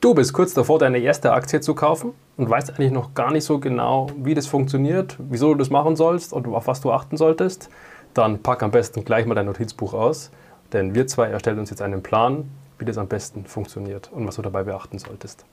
Du bist kurz davor, deine erste Aktie zu kaufen und weißt eigentlich noch gar nicht so genau, wie das funktioniert, wieso du das machen sollst und auf was du achten solltest. Dann pack am besten gleich mal dein Notizbuch aus, denn wir zwei erstellen uns jetzt einen Plan, wie das am besten funktioniert und was du dabei beachten solltest.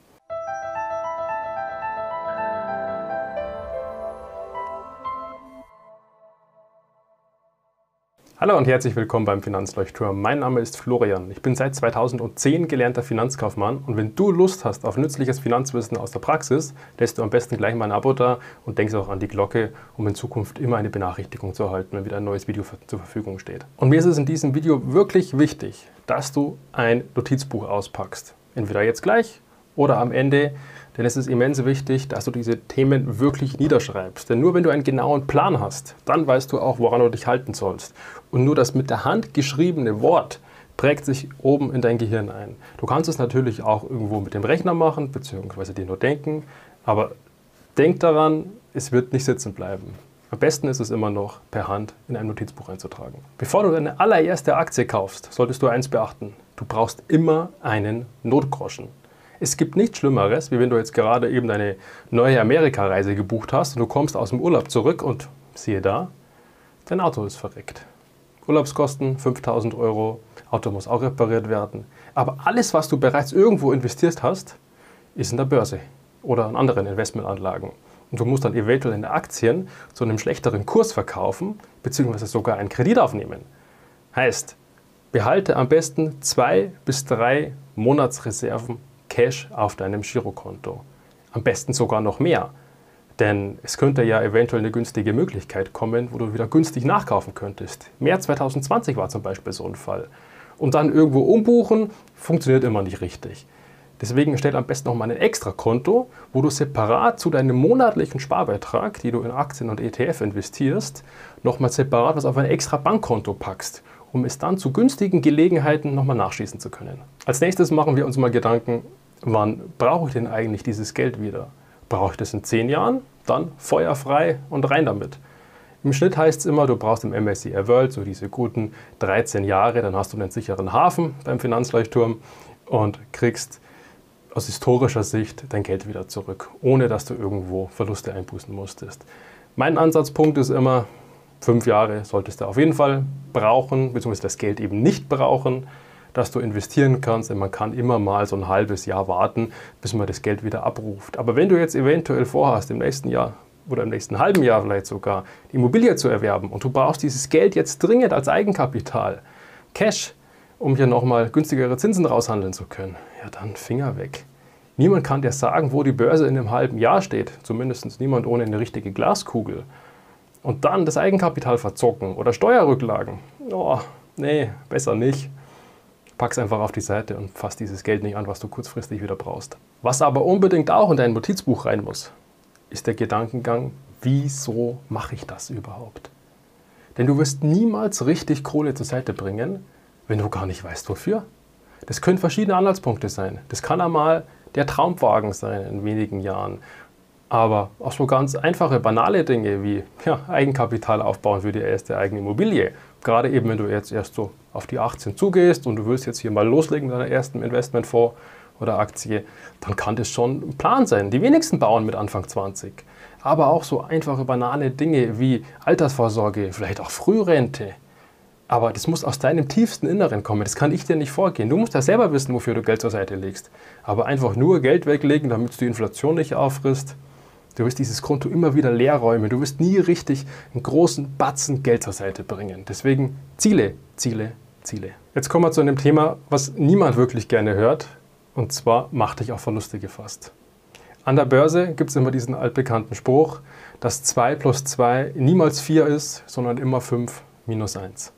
Hallo und herzlich willkommen beim Finanzleuchtturm. Mein Name ist Florian. Ich bin seit 2010 gelernter Finanzkaufmann und wenn du Lust hast auf nützliches Finanzwissen aus der Praxis, lässt du am besten gleich mal ein Abo da und denkst auch an die Glocke, um in Zukunft immer eine Benachrichtigung zu erhalten, wenn wieder ein neues Video zur Verfügung steht. Und mir ist es in diesem Video wirklich wichtig, dass du ein Notizbuch auspackst. Entweder jetzt gleich oder am Ende. Denn es ist immens wichtig, dass du diese Themen wirklich niederschreibst. Denn nur wenn du einen genauen Plan hast, dann weißt du auch, woran du dich halten sollst. Und nur das mit der Hand geschriebene Wort prägt sich oben in dein Gehirn ein. Du kannst es natürlich auch irgendwo mit dem Rechner machen, beziehungsweise dir nur denken. Aber denk daran, es wird nicht sitzen bleiben. Am besten ist es immer noch, per Hand in ein Notizbuch einzutragen. Bevor du deine allererste Aktie kaufst, solltest du eins beachten. Du brauchst immer einen Notgroschen. Es gibt nichts Schlimmeres, wie wenn du jetzt gerade eben deine neue Amerika-Reise gebucht hast und du kommst aus dem Urlaub zurück und siehe da, dein Auto ist verreckt. Urlaubskosten 5.000 €, Auto muss auch repariert werden. Aber alles, was du bereits irgendwo investiert hast, ist in der Börse oder in anderen Investmentanlagen. Und du musst dann eventuell in Aktien zu einem schlechteren Kurs verkaufen, beziehungsweise sogar einen Kredit aufnehmen. Heißt, behalte am besten 2 bis 3 Monatsreserven Cash auf deinem Girokonto. Am besten sogar noch mehr. Denn es könnte ja eventuell eine günstige Möglichkeit kommen, wo du wieder günstig nachkaufen könntest. März 2020 war zum Beispiel so ein Fall. Und dann irgendwo umbuchen, funktioniert immer nicht richtig. Deswegen stell am besten nochmal ein Extrakonto, wo du separat zu deinem monatlichen Sparbeitrag, die du in Aktien und ETF investierst, nochmal separat was auf ein extra Bankkonto packst, um es dann zu günstigen Gelegenheiten nochmal nachschießen zu können. Als nächstes machen wir uns mal Gedanken, wann brauche ich denn eigentlich dieses Geld wieder? Brauche ich das in 10 Jahren? Dann feuerfrei und rein damit. Im Schnitt heißt es immer, du brauchst im MSCI World so diese guten 13 Jahre, dann hast du einen sicheren Hafen beim Finanzleuchtturm und kriegst aus historischer Sicht dein Geld wieder zurück, ohne dass du irgendwo Verluste einbußen musstest. Mein Ansatzpunkt ist immer, 5 Jahre solltest du auf jeden Fall brauchen, beziehungsweise das Geld eben nicht brauchen, dass du investieren kannst, denn man kann immer mal so ein halbes Jahr warten, bis man das Geld wieder abruft. Aber wenn du jetzt eventuell vorhast, im nächsten Jahr oder im nächsten halben Jahr vielleicht sogar die Immobilie zu erwerben und du brauchst dieses Geld jetzt dringend als Eigenkapital, Cash, um hier nochmal günstigere Zinsen raushandeln zu können, ja dann Finger weg. Niemand kann dir sagen, wo die Börse in einem halben Jahr steht, zumindest niemand ohne eine richtige Glaskugel. Und dann das Eigenkapital verzocken oder Steuerrücklagen. Oh, nee, besser nicht. Pack's einfach auf die Seite und fass dieses Geld nicht an, was du kurzfristig wieder brauchst. Was aber unbedingt auch in dein Notizbuch rein muss, ist der Gedankengang, wieso mache ich das überhaupt? Denn du wirst niemals richtig Kohle zur Seite bringen, wenn du gar nicht weißt, wofür. Das können verschiedene Anhaltspunkte sein. Das kann einmal der Traumwagen sein in wenigen Jahren. Aber auch so ganz einfache, banale Dinge wie Eigenkapital aufbauen für die erste eigene Immobilie. Gerade eben, wenn du jetzt erst so auf die 18 zugehst und du willst jetzt hier mal loslegen mit deiner ersten Investmentfonds oder Aktie, dann kann das schon ein Plan sein. Die wenigsten bauen mit Anfang 20. Aber auch so einfache, banale Dinge wie Altersvorsorge, vielleicht auch Frührente. Aber das muss aus deinem tiefsten Inneren kommen. Das kann ich dir nicht vorgehen. Du musst ja selber wissen, wofür du Geld zur Seite legst. Aber einfach nur Geld weglegen, damit es die Inflation nicht auffrisst. Du wirst dieses Konto immer wieder leer räumen. Du wirst nie richtig einen großen Batzen Geld zur Seite bringen. Deswegen Ziele, Ziele, Ziele. Jetzt kommen wir zu einem Thema, was niemand wirklich gerne hört. Und zwar, mach dich auf Verluste gefasst. An der Börse gibt es immer diesen altbekannten Spruch, dass 2 plus 2 niemals 4 ist, sondern immer 5 minus 1.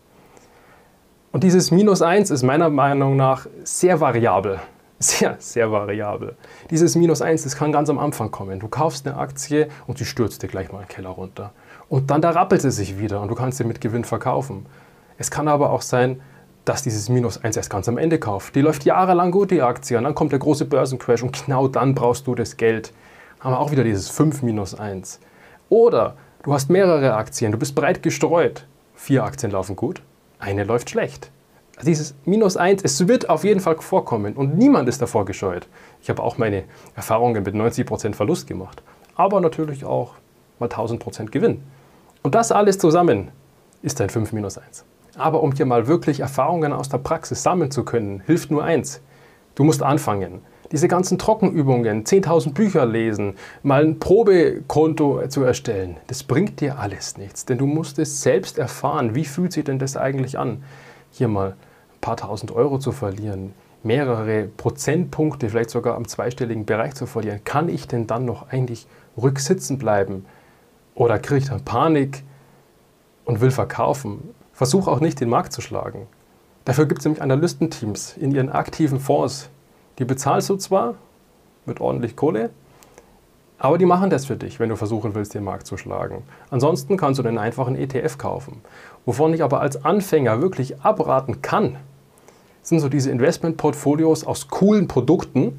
Und dieses minus 1 ist meiner Meinung nach sehr variabel. Sehr, sehr variabel. Dieses minus 1, das kann ganz am Anfang kommen. Du kaufst eine Aktie und die stürzt dir gleich mal in den Keller runter. Und dann da rappelt sie sich wieder und du kannst sie mit Gewinn verkaufen. Es kann aber auch sein, dass dieses minus 1 erst ganz am Ende kauft. Die läuft jahrelang gut, die Aktie, und dann kommt der große Börsencrash und genau dann brauchst du das Geld. Haben wir auch wieder dieses 5 minus 1. Oder du hast mehrere Aktien, du bist breit gestreut. 4 Aktien laufen gut, eine läuft schlecht. Dieses -1, es wird auf jeden Fall vorkommen und niemand ist davor gescheut. Ich habe auch meine Erfahrungen mit 90% Verlust gemacht, aber natürlich auch mal 1000% Gewinn. Und das alles zusammen ist ein 5-1. Aber um hier mal wirklich Erfahrungen aus der Praxis sammeln zu können, hilft nur eins. Du musst anfangen. Diese ganzen Trockenübungen, 10.000 Bücher lesen, mal ein Probekonto zu erstellen, das bringt dir alles nichts. Denn du musst es selbst erfahren. Wie fühlt sich denn das eigentlich an, hier mal ein paar tausend Euro zu verlieren, mehrere Prozentpunkte, vielleicht sogar am zweistelligen Bereich zu verlieren? Kann ich denn dann noch eigentlich rücksitzen bleiben? Oder kriege ich dann Panik und will verkaufen? Versuch auch nicht, den Markt zu schlagen. Dafür gibt es nämlich Analystenteams in ihren aktiven Fonds. Die bezahlst du zwar mit ordentlich Kohle, aber die machen das für dich, wenn du versuchen willst, den Markt zu schlagen. Ansonsten kannst du einen einfachen ETF kaufen. Wovon ich aber als Anfänger wirklich abraten kann, sind so diese Investmentportfolios aus coolen Produkten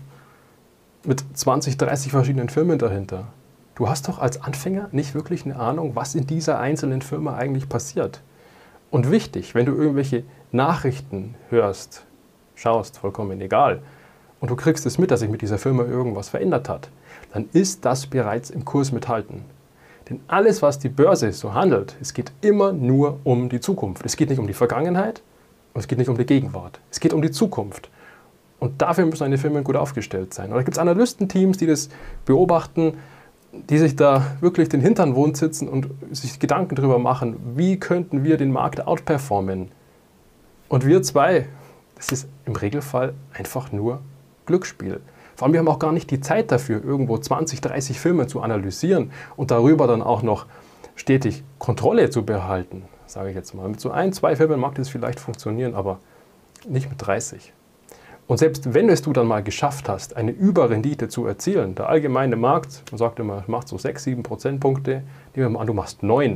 mit 20, 30 verschiedenen Firmen dahinter. Du hast doch als Anfänger nicht wirklich eine Ahnung, was in dieser einzelnen Firma eigentlich passiert. Und wichtig, wenn du irgendwelche Nachrichten hörst, schaust, vollkommen egal, und du kriegst es mit, dass sich mit dieser Firma irgendwas verändert hat, dann ist das bereits im Kurs mithalten. Denn alles, was die Börse so handelt, es geht immer nur um die Zukunft. Es geht nicht um die Vergangenheit und es geht nicht um die Gegenwart. Es geht um die Zukunft. Und dafür müssen eine Firmen gut aufgestellt sein. Und da gibt es Analystenteams, die das beobachten, die sich da wirklich den Hintern wund sitzen und sich Gedanken darüber machen, wie könnten wir den Markt outperformen. Und wir zwei, das ist im Regelfall einfach nur Glücksspiel. Vor allem, wir haben auch gar nicht die Zeit dafür, irgendwo 20, 30 Firmen zu analysieren und darüber dann auch noch stetig Kontrolle zu behalten, sage ich jetzt mal. Mit so 1, 2 Firmen mag das vielleicht funktionieren, aber nicht mit 30. Und selbst wenn es du dann mal geschafft hast, eine Überrendite zu erzielen, der allgemeine Markt, man sagt immer, macht so 6, 7 Prozentpunkte, nehmen wir mal an, du machst 9,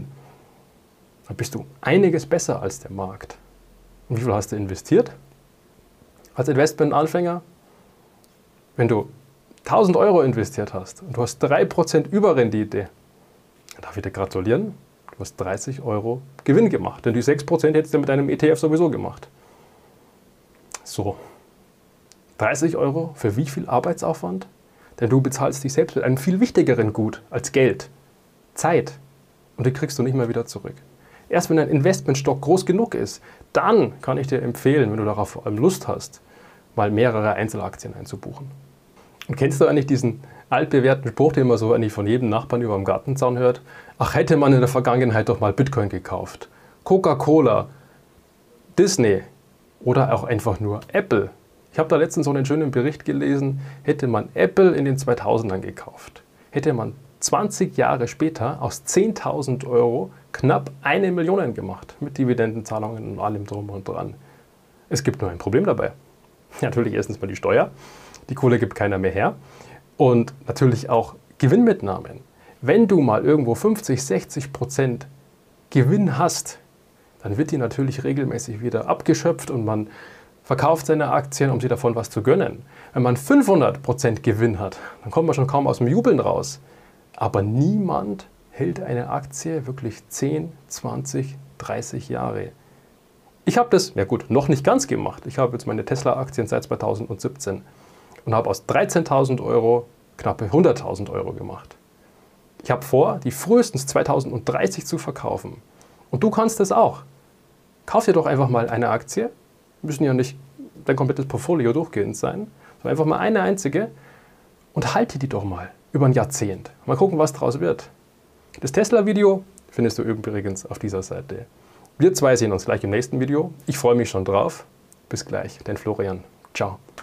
dann bist du einiges besser als der Markt. Und wie viel hast du investiert? Als Investmentanfänger? Wenn du 1.000 Euro investiert hast und du hast 3% Überrendite, dann darf ich dir gratulieren, du hast 30 Euro Gewinn gemacht. Denn die 6% hättest du mit deinem ETF sowieso gemacht. So, 30 Euro für wie viel Arbeitsaufwand? Denn du bezahlst dich selbst mit einem viel wichtigeren Gut als Geld, Zeit. Und die kriegst du nicht mehr wieder zurück. Erst wenn dein Investmentstock groß genug ist, dann kann ich dir empfehlen, wenn du darauf vor allem Lust hast, mal mehrere Einzelaktien einzubuchen. Und kennst du eigentlich diesen altbewährten Spruch, den man so eigentlich von jedem Nachbarn über dem Gartenzaun hört? Ach, hätte man in der Vergangenheit doch mal Bitcoin gekauft, Coca-Cola, Disney oder auch einfach nur Apple. Ich habe da letztens so einen schönen Bericht gelesen, hätte man Apple in den 2000ern gekauft, hätte man 20 Jahre später aus 10.000 Euro knapp 1 Million gemacht, mit Dividendenzahlungen und allem drum und dran. Es gibt nur ein Problem dabei. Natürlich erstens mal die Steuer, die Kohle gibt keiner mehr her und natürlich auch Gewinnmitnahmen. Wenn du mal irgendwo 50, 60% Gewinn hast, dann wird die natürlich regelmäßig wieder abgeschöpft und man verkauft seine Aktien, um sich davon was zu gönnen. Wenn man 500% Gewinn hat, dann kommt man schon kaum aus dem Jubeln raus. Aber niemand hält eine Aktie wirklich 10, 20, 30 Jahre. Ich habe das, ja gut, noch nicht ganz gemacht. Ich habe jetzt meine Tesla-Aktien seit 2017 und habe aus 13.000 Euro knappe 100.000 Euro gemacht. Ich habe vor, die frühestens 2030 zu verkaufen. Und du kannst das auch. Kauf dir doch einfach mal eine Aktie. Müssen ja nicht dein komplettes Portfolio durchgehend sein, sondern einfach mal eine einzige und halte die doch mal über ein Jahrzehnt. Mal gucken, was daraus wird. Das Tesla-Video findest du übrigens auf dieser Seite. Wir zwei sehen uns gleich im nächsten Video. Ich freue mich schon drauf. Bis gleich, dein Florian. Ciao.